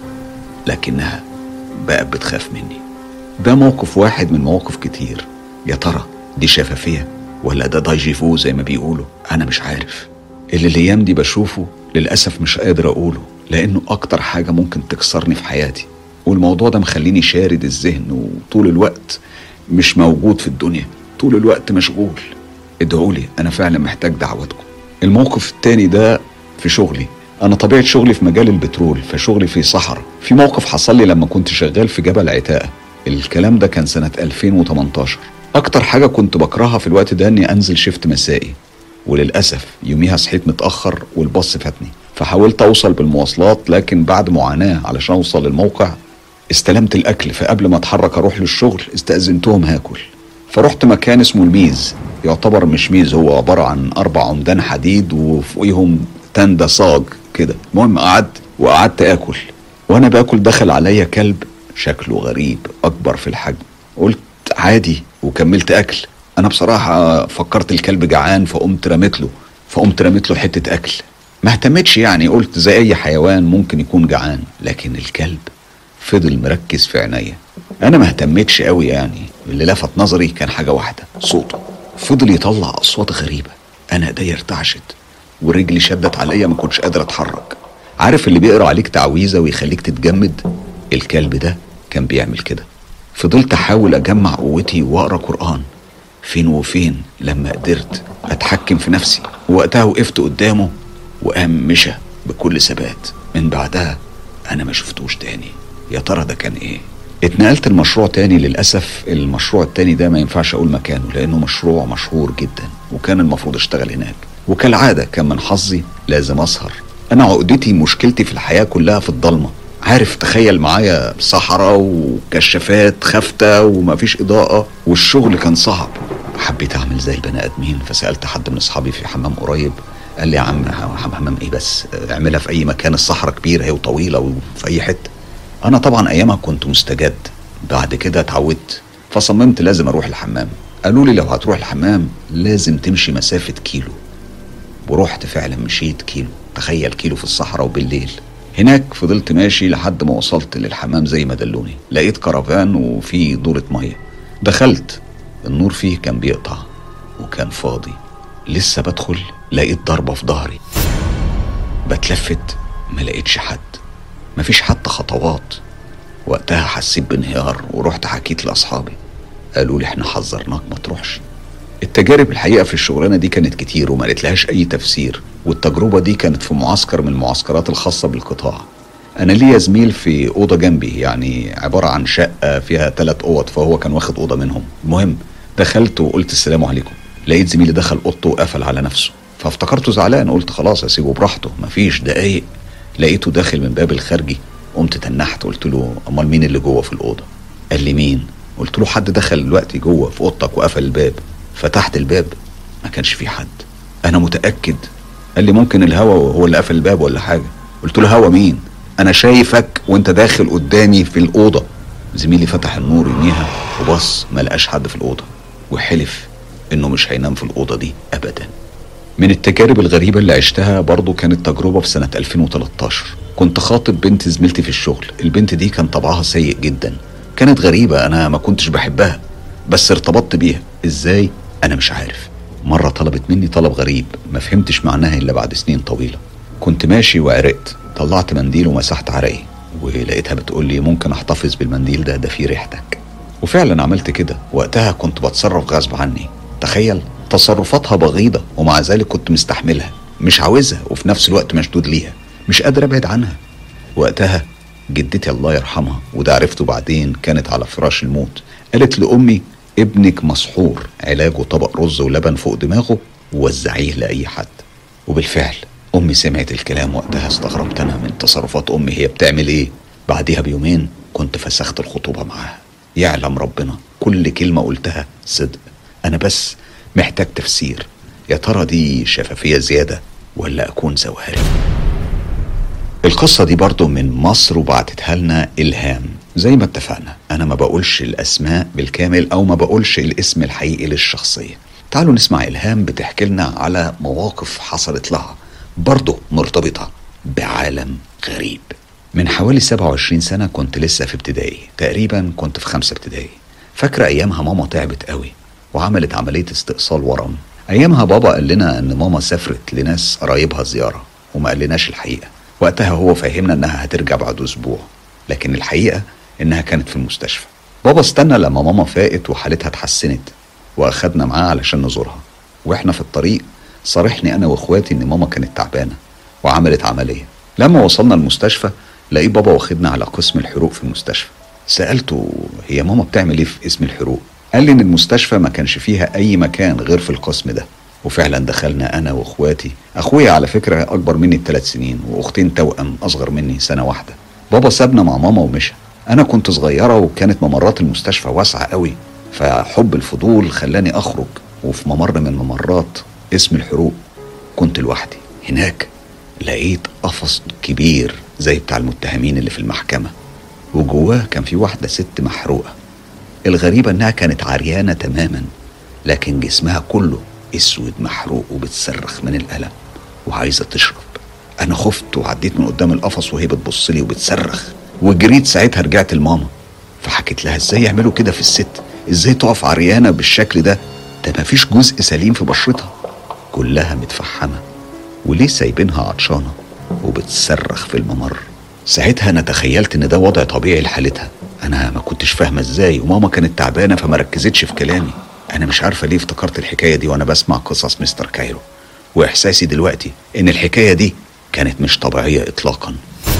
لكنها بقت بتخاف مني. ده موقف واحد من مواقف كتير. يا ترى دي شفافية ولا ده دايجيفو زي ما بيقولوا؟ انا مش عارف. اللي الايام دي بشوفه للأسف مش قادر اقوله، لانه اكتر حاجة ممكن تكسرني في حياتي، والموضوع ده مخليني شارد الذهن وطول الوقت مش موجود في الدنيا، طول الوقت مشغول. ادعولي، انا فعلا محتاج دعوتكم. الموقف التاني ده في شغلي. انا طبيعة شغلي في مجال البترول، فشغلي في صحراء. في موقف حصل لي لما كنت شغال في جبل عتاقة. الكلام ده كان سنة ألفين وتمنتاشر. اكتر حاجة كنت بكرهها في الوقت ده اني انزل شيفت مسائي، وللأسف يوميها صحيت متأخر والباص فاتني، فحاولت اوصل بالمواصلات، لكن بعد معاناة علشان اوصل للموقع استلمت الاكل. فقبل ما اتحرك اروح للشغل استأذنتهم هاكل، فرحت مكان اسمه الميز. يعتبر مش ميز، هو عبارة عن اربع عمدان حديد وفوقيهم تندة صاج كده. المهم قعدت وقعدت اكل، وانا باكل دخل عليا كلب شكله غريب اكبر في الحجم. قلت عادي وكملت اكل. انا بصراحة فكرت الكلب جعان، فقمت رميت له فقمت رميت له حتة اكل. ما اهتمتش يعني، قلت زي اي حيوان ممكن يكون جعان، لكن الكلب فضل مركز في عينيا. انا ما اهتمتش قوي يعني. اللي لفت نظري كان حاجة واحدة، صوته. فضل يطلع اصوات غريبة. انا ايديا ارتعشت ورجلي شدت عليا، ما كنتش قادر اتحرك. عارف اللي بيقرا عليك تعويذة ويخليك تتجمد؟ الكلب ده كان بيعمل كده. فضلت احاول اجمع قوتي واقرا قرآن، فين وفين لما قدرت اتحكم في نفسي، ووقتها وقفت قدامه وقام مشى بكل ثبات. من بعدها انا ما شفتوش تاني. يا ترى ده كان ايه؟ اتنقلت المشروع تاني. للأسف المشروع التاني ده ما ينفعش اقول مكانه، لانه مشروع مشهور جدا، وكان المفروض اشتغل هناك. وكالعادة كان من حظي لازم اسهر. انا عقدتي مشكلتي في الحياة كلها في الضلمة. عارف، تخيل معايا صحراء وكشافات خافتة ومفيش اضاءة، والشغل كان صعب. حبيت اعمل زي البني ادمين، فسألت حد من اصحابي في حمام قريب. قال لي يا عم حمام ايه بس، اعملها في اي مكان، الصحراء كبيرة هي وطويلة وفي اي حتة. انا طبعا ايامها كنت مستجد، بعد كده اتعودت، فصممت لازم اروح الحمام. قالوا لي لو هتروح الحمام لازم تمشي مسافة كيلو، ورحت فعلا مشيت كيلو. تخيل، كيلو في الصحراء وبالليل. هناك فضلت ماشي لحد ما وصلت للحمام زي ما دلوني. لقيت كرفان وفيه دورة مية. دخلت، النور فيه كان بيقطع وكان فاضي. لسه بدخل لقيت ضربة في ظهري. بتلفت ما لقيتش حد، مفيش حتى خطوات. وقتها حسيت بانهيار ورحت حكيت لأصحابي. قالوا لي احنا حذرناك ما تروحش. التجارب الحقيقة في الشغلانة دي كانت كتير وما لقيتلهاش أي تفسير، والتجربة دي كانت في معسكر من المعسكرات الخاصة بالقطاع. أنا ليا زميل في أوضة جنبي، يعني عبارة عن شقة فيها ثلاث أوض، فهو كان واخد أوضة منهم. المهم دخلت وقلت السلام عليكم. لقيت زميلي دخل أوضته وقفل على نفسه، فافتكرته زعلان. قلت خلاص أسيبه براحته. مفيش دقايق لقيته داخل من باب الخارجي. قمت تنحت قلت له أمال مين اللي جوه في الأوضة؟ قال لي مين؟ قلت له حد دخل دلوقتي جوه في أوضتك وقفل الباب. فتحت الباب ما كانش في حد، أنا متأكد. قال لي ممكن الهوا هو اللي قفل الباب ولا حاجة. قلت له هوا مين؟ أنا شايفك وأنت داخل قدامي في الأوضة. زميلي فتح النور يوميها وبص ما لقاش حد في الأوضة، وحلف إنه مش هينام في الأوضة دي أبدا. من التجارب الغريبة اللي عشتها برضو كانت تجربة في سنة ألفين وتلتاشر. كنت خاطب بنت زميلتي في الشغل. البنت دي كان طبعها سيء جدا، كانت غريبة، أنا ما كنتش بحبها بس ارتبطت بيها. إزاي؟ أنا مش عارف. مرة طلبت مني طلب غريب ما فهمتش معناها إلا بعد سنين طويلة. كنت ماشي وعرقت، طلعت منديل ومسحت عرقي ولقيتها بتقول لي ممكن احتفظ بالمنديل ده، ده فيه ريحتك. وفعلا عملت كده. وقتها كنت بتصرف غصب عني. تخيل، تصرفاتها بغيضة ومع ذلك كنت مستحملها، مش عاوزها وفي نفس الوقت مشدود ليها، مش قادر ابعد عنها. وقتها جدتي الله يرحمها، وده عرفته بعدين، كانت على فراش الموت، قالت لأمي ابنك مسحور، علاجه طبق رز ولبن فوق دماغه ووزعيه لأي حد. وبالفعل أمي سمعت الكلام. وقتها استغربت أنا من تصرفات أمي، هي بتعمل إيه؟ بعدها بيومين كنت فسخت الخطوبة معاها. يعلم ربنا كل كلمة قلتها صدق، أنا بس محتاج تفسير. يا ترى دي شفافية زيادة ولا أكون زوهري؟ القصة دي برضو من مصر وبعتتها لنا إلهام. زي ما اتفقنا أنا ما بقولش الأسماء بالكامل أو ما بقولش الاسم الحقيقي للشخصية. تعالوا نسمع إلهام بتحكي لنا على مواقف حصلت لها برضو مرتبطة بعالم غريب. من حوالي سبعة وعشرين سنة كنت لسه في ابتدائي، تقريبا كنت في خمسة ابتدائي. فاكرة أيامها ماما تعبت قوي وعملت عملية استئصال ورم. أيامها بابا قال لنا أن ماما سافرت لناس قرايبها زيارة وما قالناش الحقيقة. وقتها هو فهمنا أنها هترجع بعد أسبوع، لكن الحقيقة إنها كانت في المستشفى. بابا استنى لما ماما فاقت وحالتها اتحسنت وأخدنا معاه علشان نزورها. وإحنا في الطريق صارحني أنا وإخواتي إن ماما كانت تعبانة وعملت عملية. لما وصلنا المستشفى لقيت بابا واخدنا على قسم الحروق في المستشفى. سألته هي ماما بتعمل إيه في اسم الحروق؟ قال لي إن المستشفى ما كانش فيها أي مكان غير في القسم ده. وفعلا دخلنا أنا وإخواتي. أخويا على فكرة أكبر مني بثلاث سنين وأختين توأم أصغر مني سنة واحدة. بابا سابنا مع ماما ومشى. أنا كنت صغيرة وكانت ممرات المستشفى واسعة قوي، فحب الفضول خلاني أخرج. وفي ممر من ممرات اسم الحروق كنت لوحدي. هناك لقيت قفص كبير زي بتاع المتهمين اللي في المحكمة، وجواه كان في واحدة ست محروقة. الغريبة انها كانت عريانة تماما، لكن جسمها كله اسود محروق وبتصرخ من الألم وعايزة تشرب. انا خفت وعديت من قدام القفص وهي بتبصلي وبتصرخ، وجريت ساعتها. رجعت لماما فحكيت لها ازاي يعملوا كده في الست، ازاي تقف عريانة بالشكل ده، ده مفيش جزء سليم في بشرتها، كلها متفحمة، وليه سايبينها عطشانة وبتصرخ في الممر. ساعتها انا تخيلت ان ده وضع طبيعي لحالتها. انا ما كنتش فاهمة ازاي، وماما كانت تعبانة فما ركزتش في كلامي. انا مش عارفة ليه افتكرت الحكاية دي وانا بسمع قصص مستر كايرو، واحساسي دلوقتي ان الحكاية دي كانت مش طبيعية اطلاقا.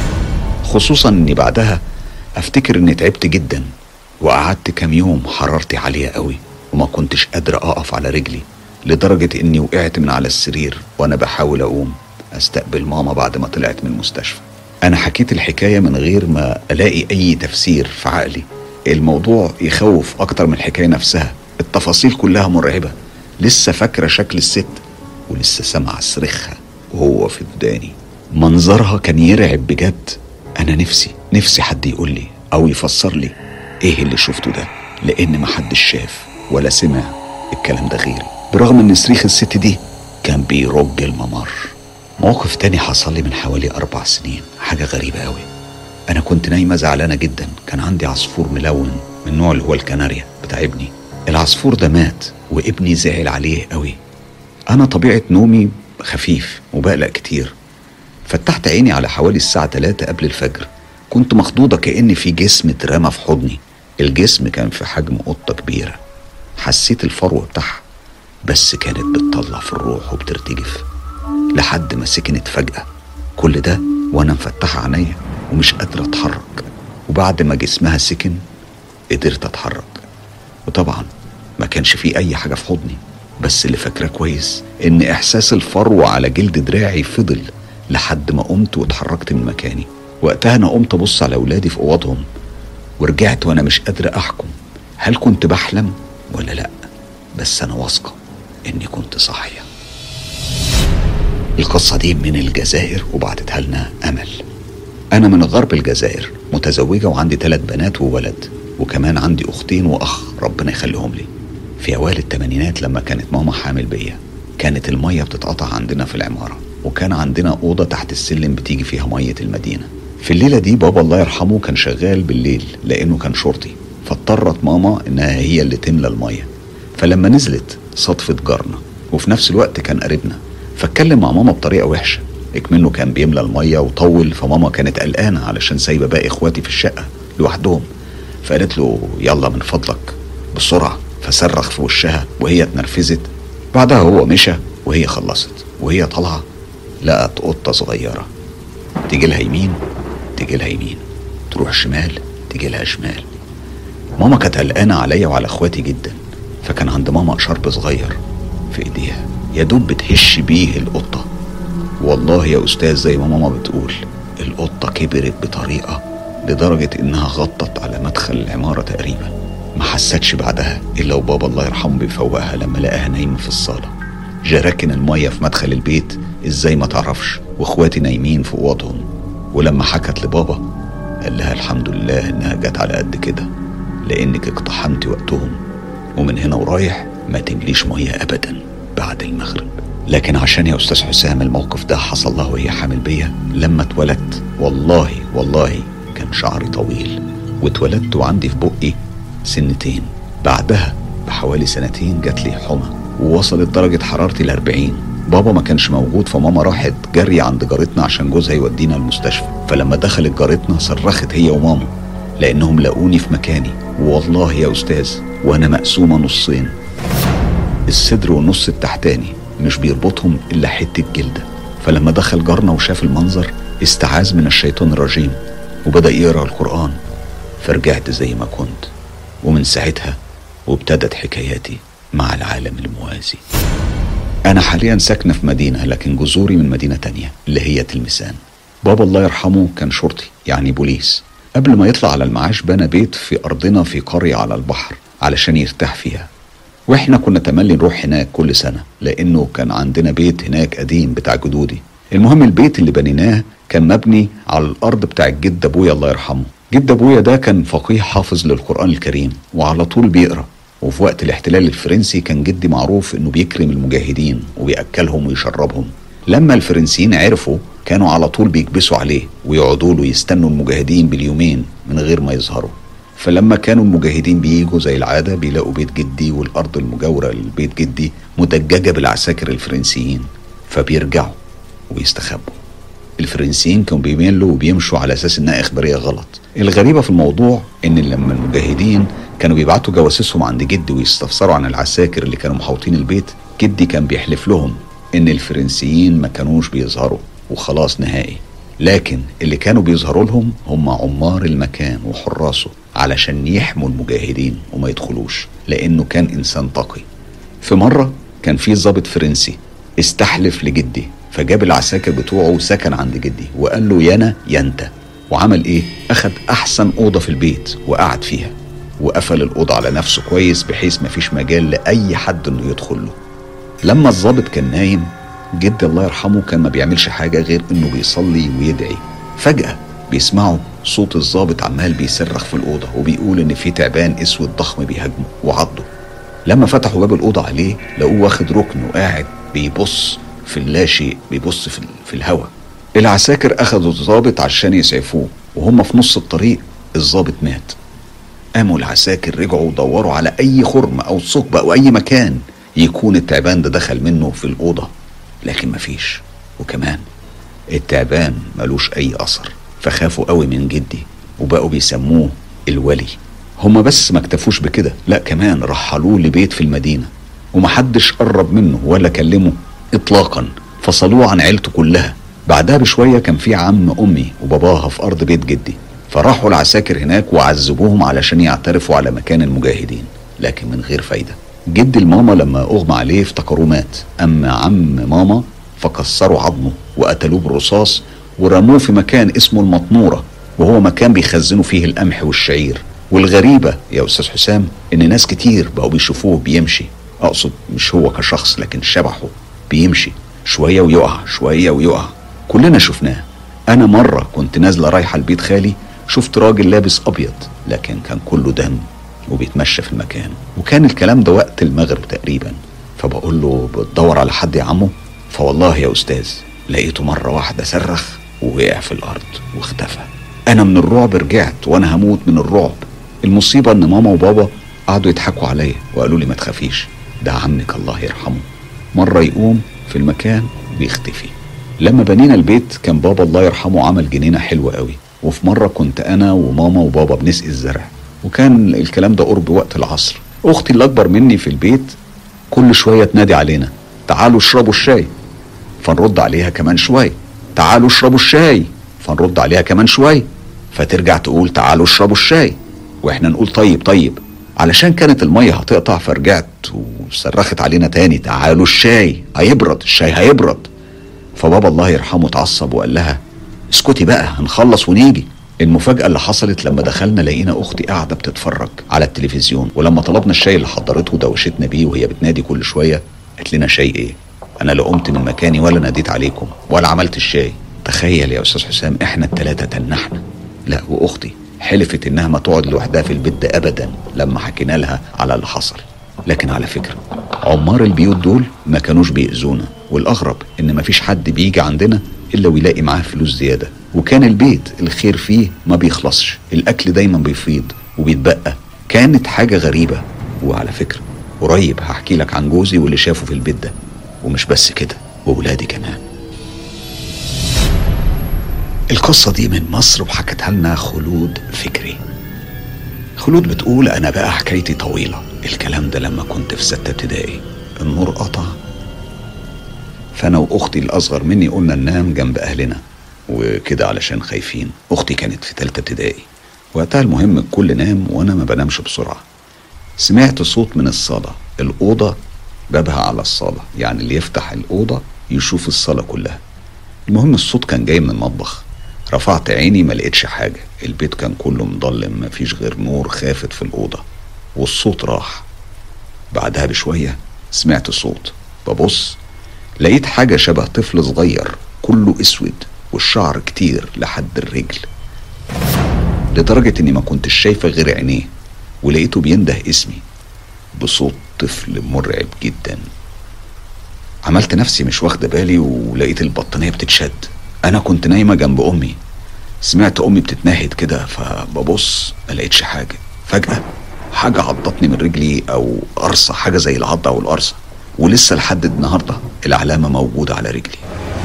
خصوصا اني بعدها افتكر اني تعبت جدا وقعدت كام يوم حرارتي عالية قوي وما كنتش قادر اقف على رجلي، لدرجة اني وقعت من على السرير وانا بحاول اقوم استقبل ماما بعد ما طلعت من المستشفى. انا حكيت الحكاية من غير ما الاقي اي تفسير في عقلي. الموضوع يخوف اكتر من الحكاية نفسها، التفاصيل كلها مرعبة. لسه فاكرة شكل الست ولسه سمع صريخها وهو في وداني. منظرها كان يرعب بجد. انا نفسي نفسي حد يقول لي او يفسر لي ايه اللي شفته ده، لان محدش شاف ولا سمع الكلام ده غيري، برغم ان صريخ الست دي كان بيرج الممر. موقف تاني حصل لي من حوالي اربع سنين، حاجة غريبة قوي. انا كنت نايمة زعلانة جدا. كان عندي عصفور ملون من النوع اللي هو الكناريا بتاع ابني. العصفور ده مات وابني زعل عليه قوي. انا طبيعة نومي خفيف وبقلق كتير. فتحت عيني على حوالي الساعة ثلاثة قبل الفجر. كنت مخضوضة كأن في جسم اترمى في حضني. الجسم كان في حجم قطة كبيرة. حسيت الفروة بتاعها بس كانت بتطلع في الروح وبترتجف لحد ما سكنت فجأة. كل ده وانا مفتحة عينيا ومش قادرة اتحرك. وبعد ما جسمها سكن قدرت اتحرك، وطبعا ما كانش فيه اي حاجة في حضني. بس اللي فاكراه كويس ان احساس الفروة على جلد دراعي فضل لحد ما قمت واتحركت من مكاني. وقتها انا قمت ابص على اولادي في اوضهم ورجعت وانا مش قادر احكم هل كنت بحلم ولا لا، بس انا واثقة اني كنت صاحية. القصة دي من الجزائر وبعتتها لنا امل. انا من غرب الجزائر، متزوجة وعندي ثلاث بنات وولد، وكمان عندي اختين واخ ربنا يخليهم لي. في اوائل الثمانينات لما كانت ماما حامل بيا كانت المية بتتقطع عندنا في العمارة، وكان عندنا اوضة تحت السلم بتيجي فيها مية المدينة. في الليلة دي بابا الله يرحمه كان شغال بالليل لانه كان شرطي، فاضطرت ماما انها هي اللي تملى المية. فلما نزلت صدفة جارنا وفي نفس الوقت كان قريبنا، فاتكلم مع ماما بطريقة وحشة اكمنه كان بيملى الميه وطول، فماما كانت قلقانه علشان سايبه باقي اخواتي في الشقه لوحدهم، فقالت له يلا من فضلك بسرعه، فصرخ في وشها وهي اتنرفزت. بعدها هو مشى وهي خلصت، وهي طالعه لقت قطه صغيره تيجي لها يمين تيجي لها يمين، تروح شمال تيجي لها شمال. ماما كانت قلقانه عليا وعلى اخواتي جدا، فكان عند ماما شرب صغير في ايديها يا دوب بتهش بيه القطه. والله يا استاذ زي ما ماما بتقول، القطه كبرت بطريقه لدرجه انها غطت على مدخل العماره تقريبا. ما حستش بعدها الا وبابا الله يرحمه بيفوقها لما لقاها نايمه في الصاله. جراكن الميه في مدخل البيت ازاي ما تعرفش، واخواتي نايمين في اوضهم. ولما حكت لبابا قال لها الحمد لله انها جت على قد كده، لانك اقتحمتي وقتهم، ومن هنا ورايح ما تمليش ميه ابدا بعد المغرب. لكن عشان يا استاذ حسام الموقف ده حصل له وهي حامل بيا لما اتولدت، والله والله كان شعري طويل، واتولدت وعندي في بقي سنتين. بعدها بحوالي سنتين جات لي حمى ووصلت درجة حرارتي الأربعين. بابا ما كانش موجود، فماما راحت جري عند جارتنا عشان جوزها يودينا المستشفى. فلما دخلت جارتنا صرخت هي وماما لأنهم لقوني في مكاني، والله يا أستاذ وأنا مقسومة نصين، الصدر والنص التحتاني مش بيربطهم إلا حتة جلدة. فلما دخل جارنا وشاف المنظر استعاذ من الشيطان الرجيم وبدأ يقرأ القرآن، فرجعت زي ما كنت. ومن ساعتها وابتدت حكاياتي مع العالم الموازي. أنا حاليا ساكنة في مدينة، لكن جذوري من مدينة تانية اللي هي تلمسان. بابا الله يرحمه كان شرطي يعني بوليس. قبل ما يطلع على المعاش بنى بيت في أرضنا في قرية على البحر علشان يرتاح فيها، واحنا كنا تملي نروح هناك كل سنة لأنه كان عندنا بيت هناك قديم بتاع جدودي. المهم البيت اللي بنيناه كان مبني على الأرض بتاع الجد أبويا الله يرحمه. جد أبويا ده كان فقيه حافظ للقرآن الكريم وعلى طول بيقرأ. وفي وقت الاحتلال الفرنسي كان جدي معروف انه بيكرم المجاهدين وبيأكلهم ويشربهم. لما الفرنسيين عرفوا كانوا على طول بيكبسوا عليه ويقعدوا له يستنوا المجاهدين باليومين من غير ما يظهروا. فلما كانوا المجاهدين بييجوا زي العادة بيلاقوا بيت جدي والأرض المجاورة لبيت جدي مدججة بالعساكر الفرنسيين، فبيرجعوا ويستخبوا. الفرنسيين كانوا بيميلوا وبيمشوا على أساس إنها إخبارية غلط. الغريبة في الموضوع إن لما المجاهدين كانوا بيبعتوا جواسيسهم عند جدي ويستفسروا عن العساكر اللي كانوا محاوطين البيت، جدي كان بيحلف لهم إن الفرنسيين ما كانوش بيظهروا وخلاص نهائي، لكن اللي كانوا بيظهروا لهم هم عمار المكان وحراسه علشان يحموا المجاهدين وما يدخلوش، لأنه كان إنسان تقي. في مرة كان في ضابط فرنسي استحلف لجدي، فجاب العساكر بتوعه وسكن عند جدي وقال له يانا ينتا. وعمل ايه؟ اخد احسن اوضة في البيت وقعد فيها وقفل الاوضة على نفسه كويس بحيث مفيش مجال لاي حد انه يدخل له. لما الضابط كان نايم جدي الله يرحمه كان ما بيعملش حاجة غير انه بيصلي ويدعي. فجأة بيسمعوا صوت الضابط عمال بيصرخ في الاوضة وبيقول ان في تعبان اسود ضخم بيهاجمه وعضه. لما فتحوا باب الاوضة عليه لقوه واخد ركن وقاعد بيبص في اللاشيء، بيبص في, في الهواء. العساكر اخذوا الضابط عشان يسعفوه، وهم في نص الطريق الضابط مات. قاموا العساكر رجعوا ودوروا على اي خرم او ثقب او اي مكان يكون التعبان ده دخل منه في الاوضه، لكن مفيش. وكمان التعبان ملوش اي اثر، فخافوا قوي من جدي وبقوا بيسموه الولي. هما بس ما اكتفوش بكده، لا كمان رحلوه لبيت في المدينه ومحدش قرب منه ولا كلمه اطلاقا، فصلوه عن عيلته كلها. بعدها بشويه كان في عم امي وباباها في ارض بيت جدي، فراحوا العساكر هناك وعذبوهم علشان يعترفوا على مكان المجاهدين، لكن من غير فايده. جدي الماما لما اغمى عليه افتكروه مات، اما عم ماما فكسروا عظمه وقتلوه بالرصاص ورموه في مكان اسمه المطنوره، وهو مكان بيخزنوا فيه القمح والشعير. والغريبه يا استاذ حسام ان ناس كتير بقوا بيشوفوه بيمشي، اقصد مش هو كشخص لكن شبحه بيمشي شويه ويقع شويه ويقع، كلنا شفناه. انا مره كنت نازله رايحه البيت خالي، شفت راجل لابس ابيض لكن كان كله دم وبيتمشى في المكان، وكان الكلام ده وقت المغرب تقريبا. فبقول له بتدور على حد يا عمو؟ فوالله يا استاذ لقيته مره واحده صرخ ووقع في الارض واختفى. انا من الرعب رجعت وانا هموت من الرعب. المصيبه ان ماما وبابا قعدوا يضحكوا عليا وقالوا لي ما تخافيش، ده عمك الله يرحمه مره يقوم في المكان ويختفي. لما بنينا البيت كان بابا الله يرحمه عمل جنينة حلوة قوي، وفي مرة كنت أنا وماما وبابا بنسقي الزرع، وكان الكلام ده قرب وقت العصر. أختي اللي أكبر مني في البيت كل شوية تنادي علينا تعالوا اشربوا الشاي، فنرد عليها كمان شوية تعالوا اشربوا الشاي، فنرد عليها كمان شوية، فترجع تقول تعالوا اشربوا الشاي، واحنا نقول طيب طيب، علشان كانت المية هتقطع. فرجعت وصرخت علينا تاني تعالوا الشاي هيبرد، الشاي هيبرد. فبابا الله يرحمه اتعصب وقال لها اسكتي بقى هنخلص ونيجي. المفاجأة اللي حصلت لما دخلنا لقينا أختي قاعدة بتتفرج على التلفزيون، ولما طلبنا الشاي اللي حضرته دوشتنا بيه وهي بتنادي كل شوية. قالت لنا شاي ايه؟ أنا لا قمت من مكاني ولا ناديت عليكم ولا عملت الشاي. تخيل يا أستاذ حسام، احنا التلاتة تنحنا. لا، وأختي حلفت إنها ما تقعد لوحدها في البيت ده أبدا لما حكينا لها على اللي حصل. لكن على فكرة عمار البيوت دول ما كانوش بيأذونا، والأغرب إن مفيش حد بيجي عندنا إلا ويلاقي معاه فلوس زيادة، وكان البيت الخير فيه ما بيخلصش، الأكل دايما بيفيض وبيتبقى. كانت حاجة غريبة. وعلى فكرة قريب هحكي لك عن جوزي واللي شافه في البيت ده، ومش بس كده، وولادي كمان. القصة دي من مصر وحكتها لنا خلود فكري. خلود بتقول أنا بقى حكايتي طويلة، الكلام ده لما كنت في ستة ابتدائي. النور قطع، فأنا وأختي الأصغر مني قلنا ننام جنب أهلنا وكده علشان خايفين. أختي كانت في تالتة ابتدائي وقتها. المهم الكل نام وأنا ما بنامش بسرعة. سمعت صوت من الصالة، الأوضة بابها على الصالة، يعني اللي يفتح الأوضة يشوف الصالة كلها. المهم الصوت كان جاي من المطبخ. رفعت عيني ما لقيتش حاجة، البيت كان كله مضلم، ما فيش غير نور خافت في الأوضة، والصوت راح. بعدها بشوية سمعت صوت، ببص لقيت حاجة شبه طفل صغير كله اسود والشعر كتير لحد الرجل، لدرجة اني ما كنتش شايفة غير عينيه، ولقيته بينده اسمي بصوت طفل مرعب جدا. عملت نفسي مش واخدة بالي ولقيت البطانية بتتشد. انا كنت نايمة جنب امي، سمعت امي بتتنهد كده، فببص ما لقيتش حاجة. فجأة حاجة عضتني من رجلي او قرصة، حاجة زي العضة او القرصة، ولسه لحد النهاردة العلامة موجودة على رجلي.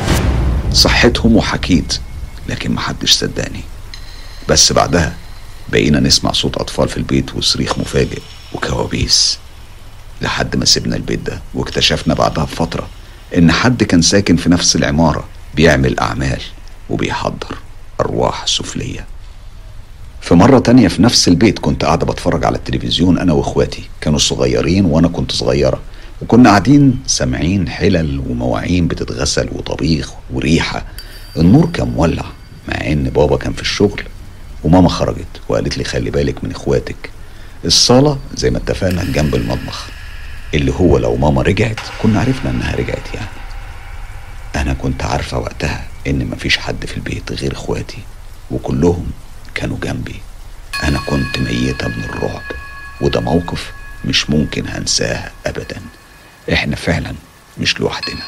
صحتهم وحكيت لكن محدش صدقني. بس بعدها بقينا نسمع صوت أطفال في البيت وصريخ مفاجئ وكوابيس، لحد ما سيبنا البيت ده واكتشفنا بعدها بفترة إن حد كان ساكن في نفس العمارة بيعمل أعمال وبيحضر أرواح سفلية. في مرة تانية في نفس البيت كنت قاعدة بتفرج على التلفزيون أنا وإخواتي، كانوا صغيرين وأنا كنت صغيرة، وكنا قاعدين سامعين حلل ومواعين بتتغسل وطبيخ وريحة. النور كان مولع مع إن بابا كان في الشغل، وماما خرجت وقالت لي خلي بالك من إخواتك. الصالة زي ما اتفقنا جنب المطبخ، اللي هو لو ماما رجعت كنا عرفنا إنها رجعت يعني. أنا كنت عارفة وقتها إن مفيش حد في البيت غير إخواتي، وكلهم كانوا جنبي. أنا كنت ميتة من الرعب، وده موقف مش ممكن هنساه أبدا. إحنا فعلا مش لوحدنا.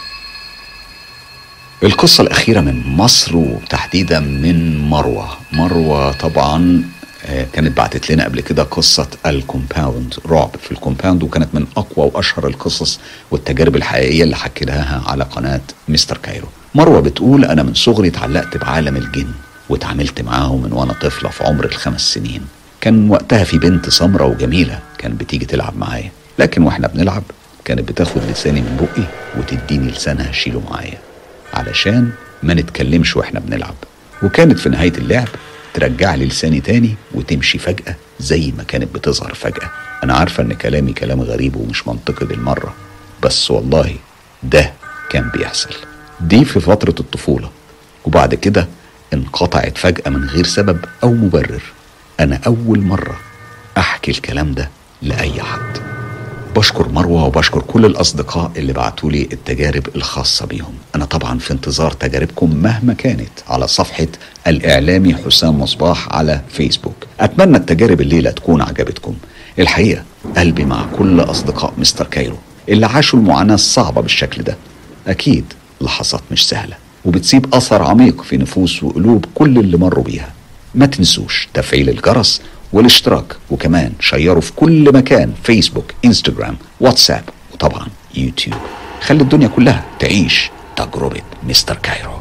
القصة الأخيرة من مصر وتحديدا من مروة. مروة طبعا كانت بعتت لنا قبل كده قصة الكومباوند، رعب في الكومباوند، وكانت من أقوى وأشهر القصص والتجارب الحقيقية اللي حكيناها على قناة مستر كايرو. مروة بتقول أنا من صغري اتعلقت بعالم الجن واتعاملت معاهم من وأنا طفلة في عمر الخمس سنين. كان وقتها في بنت سمرة وجميلة كانت بتيجي تلعب معايا، لكن واحنا بنلعب كانت بتاخد لساني من بقي وتديني لسانها شيله معايا علشان ما نتكلمش واحنا بنلعب، وكانت في نهاية اللعب ترجع لي لساني تاني وتمشي فجأة زي ما كانت بتظهر فجأة. أنا عارفة إن كلامي كلام غريب ومش منطقي بالمرة، بس والله ده كان بيحصل. دي في فترة الطفولة، وبعد كده انقطعت فجأة من غير سبب أو مبرر. أنا أول مرة أحكي الكلام ده لأي حد. بشكر مروة وبشكر كل الأصدقاء اللي بعتولي التجارب الخاصة بيهم. أنا طبعا في انتظار تجاربكم مهما كانت على صفحة الإعلامي حسام مصباح على فيسبوك. أتمنى التجارب الليلة تكون عجبتكم. الحقيقة قلبي مع كل أصدقاء مستر كايرو اللي عاشوا المعاناة الصعبة بالشكل ده. أكيد لحظات مش سهلة وبتسيب أثر عميق في نفوس وقلوب كل اللي مروا بيها. ما تنسوش تفعيل الجرس والاشتراك، وكمان شيروا في كل مكان، فيسبوك، انستجرام، واتساب، وطبعا يوتيوب. خلي الدنيا كلها تعيش تجربة مستر كايرو.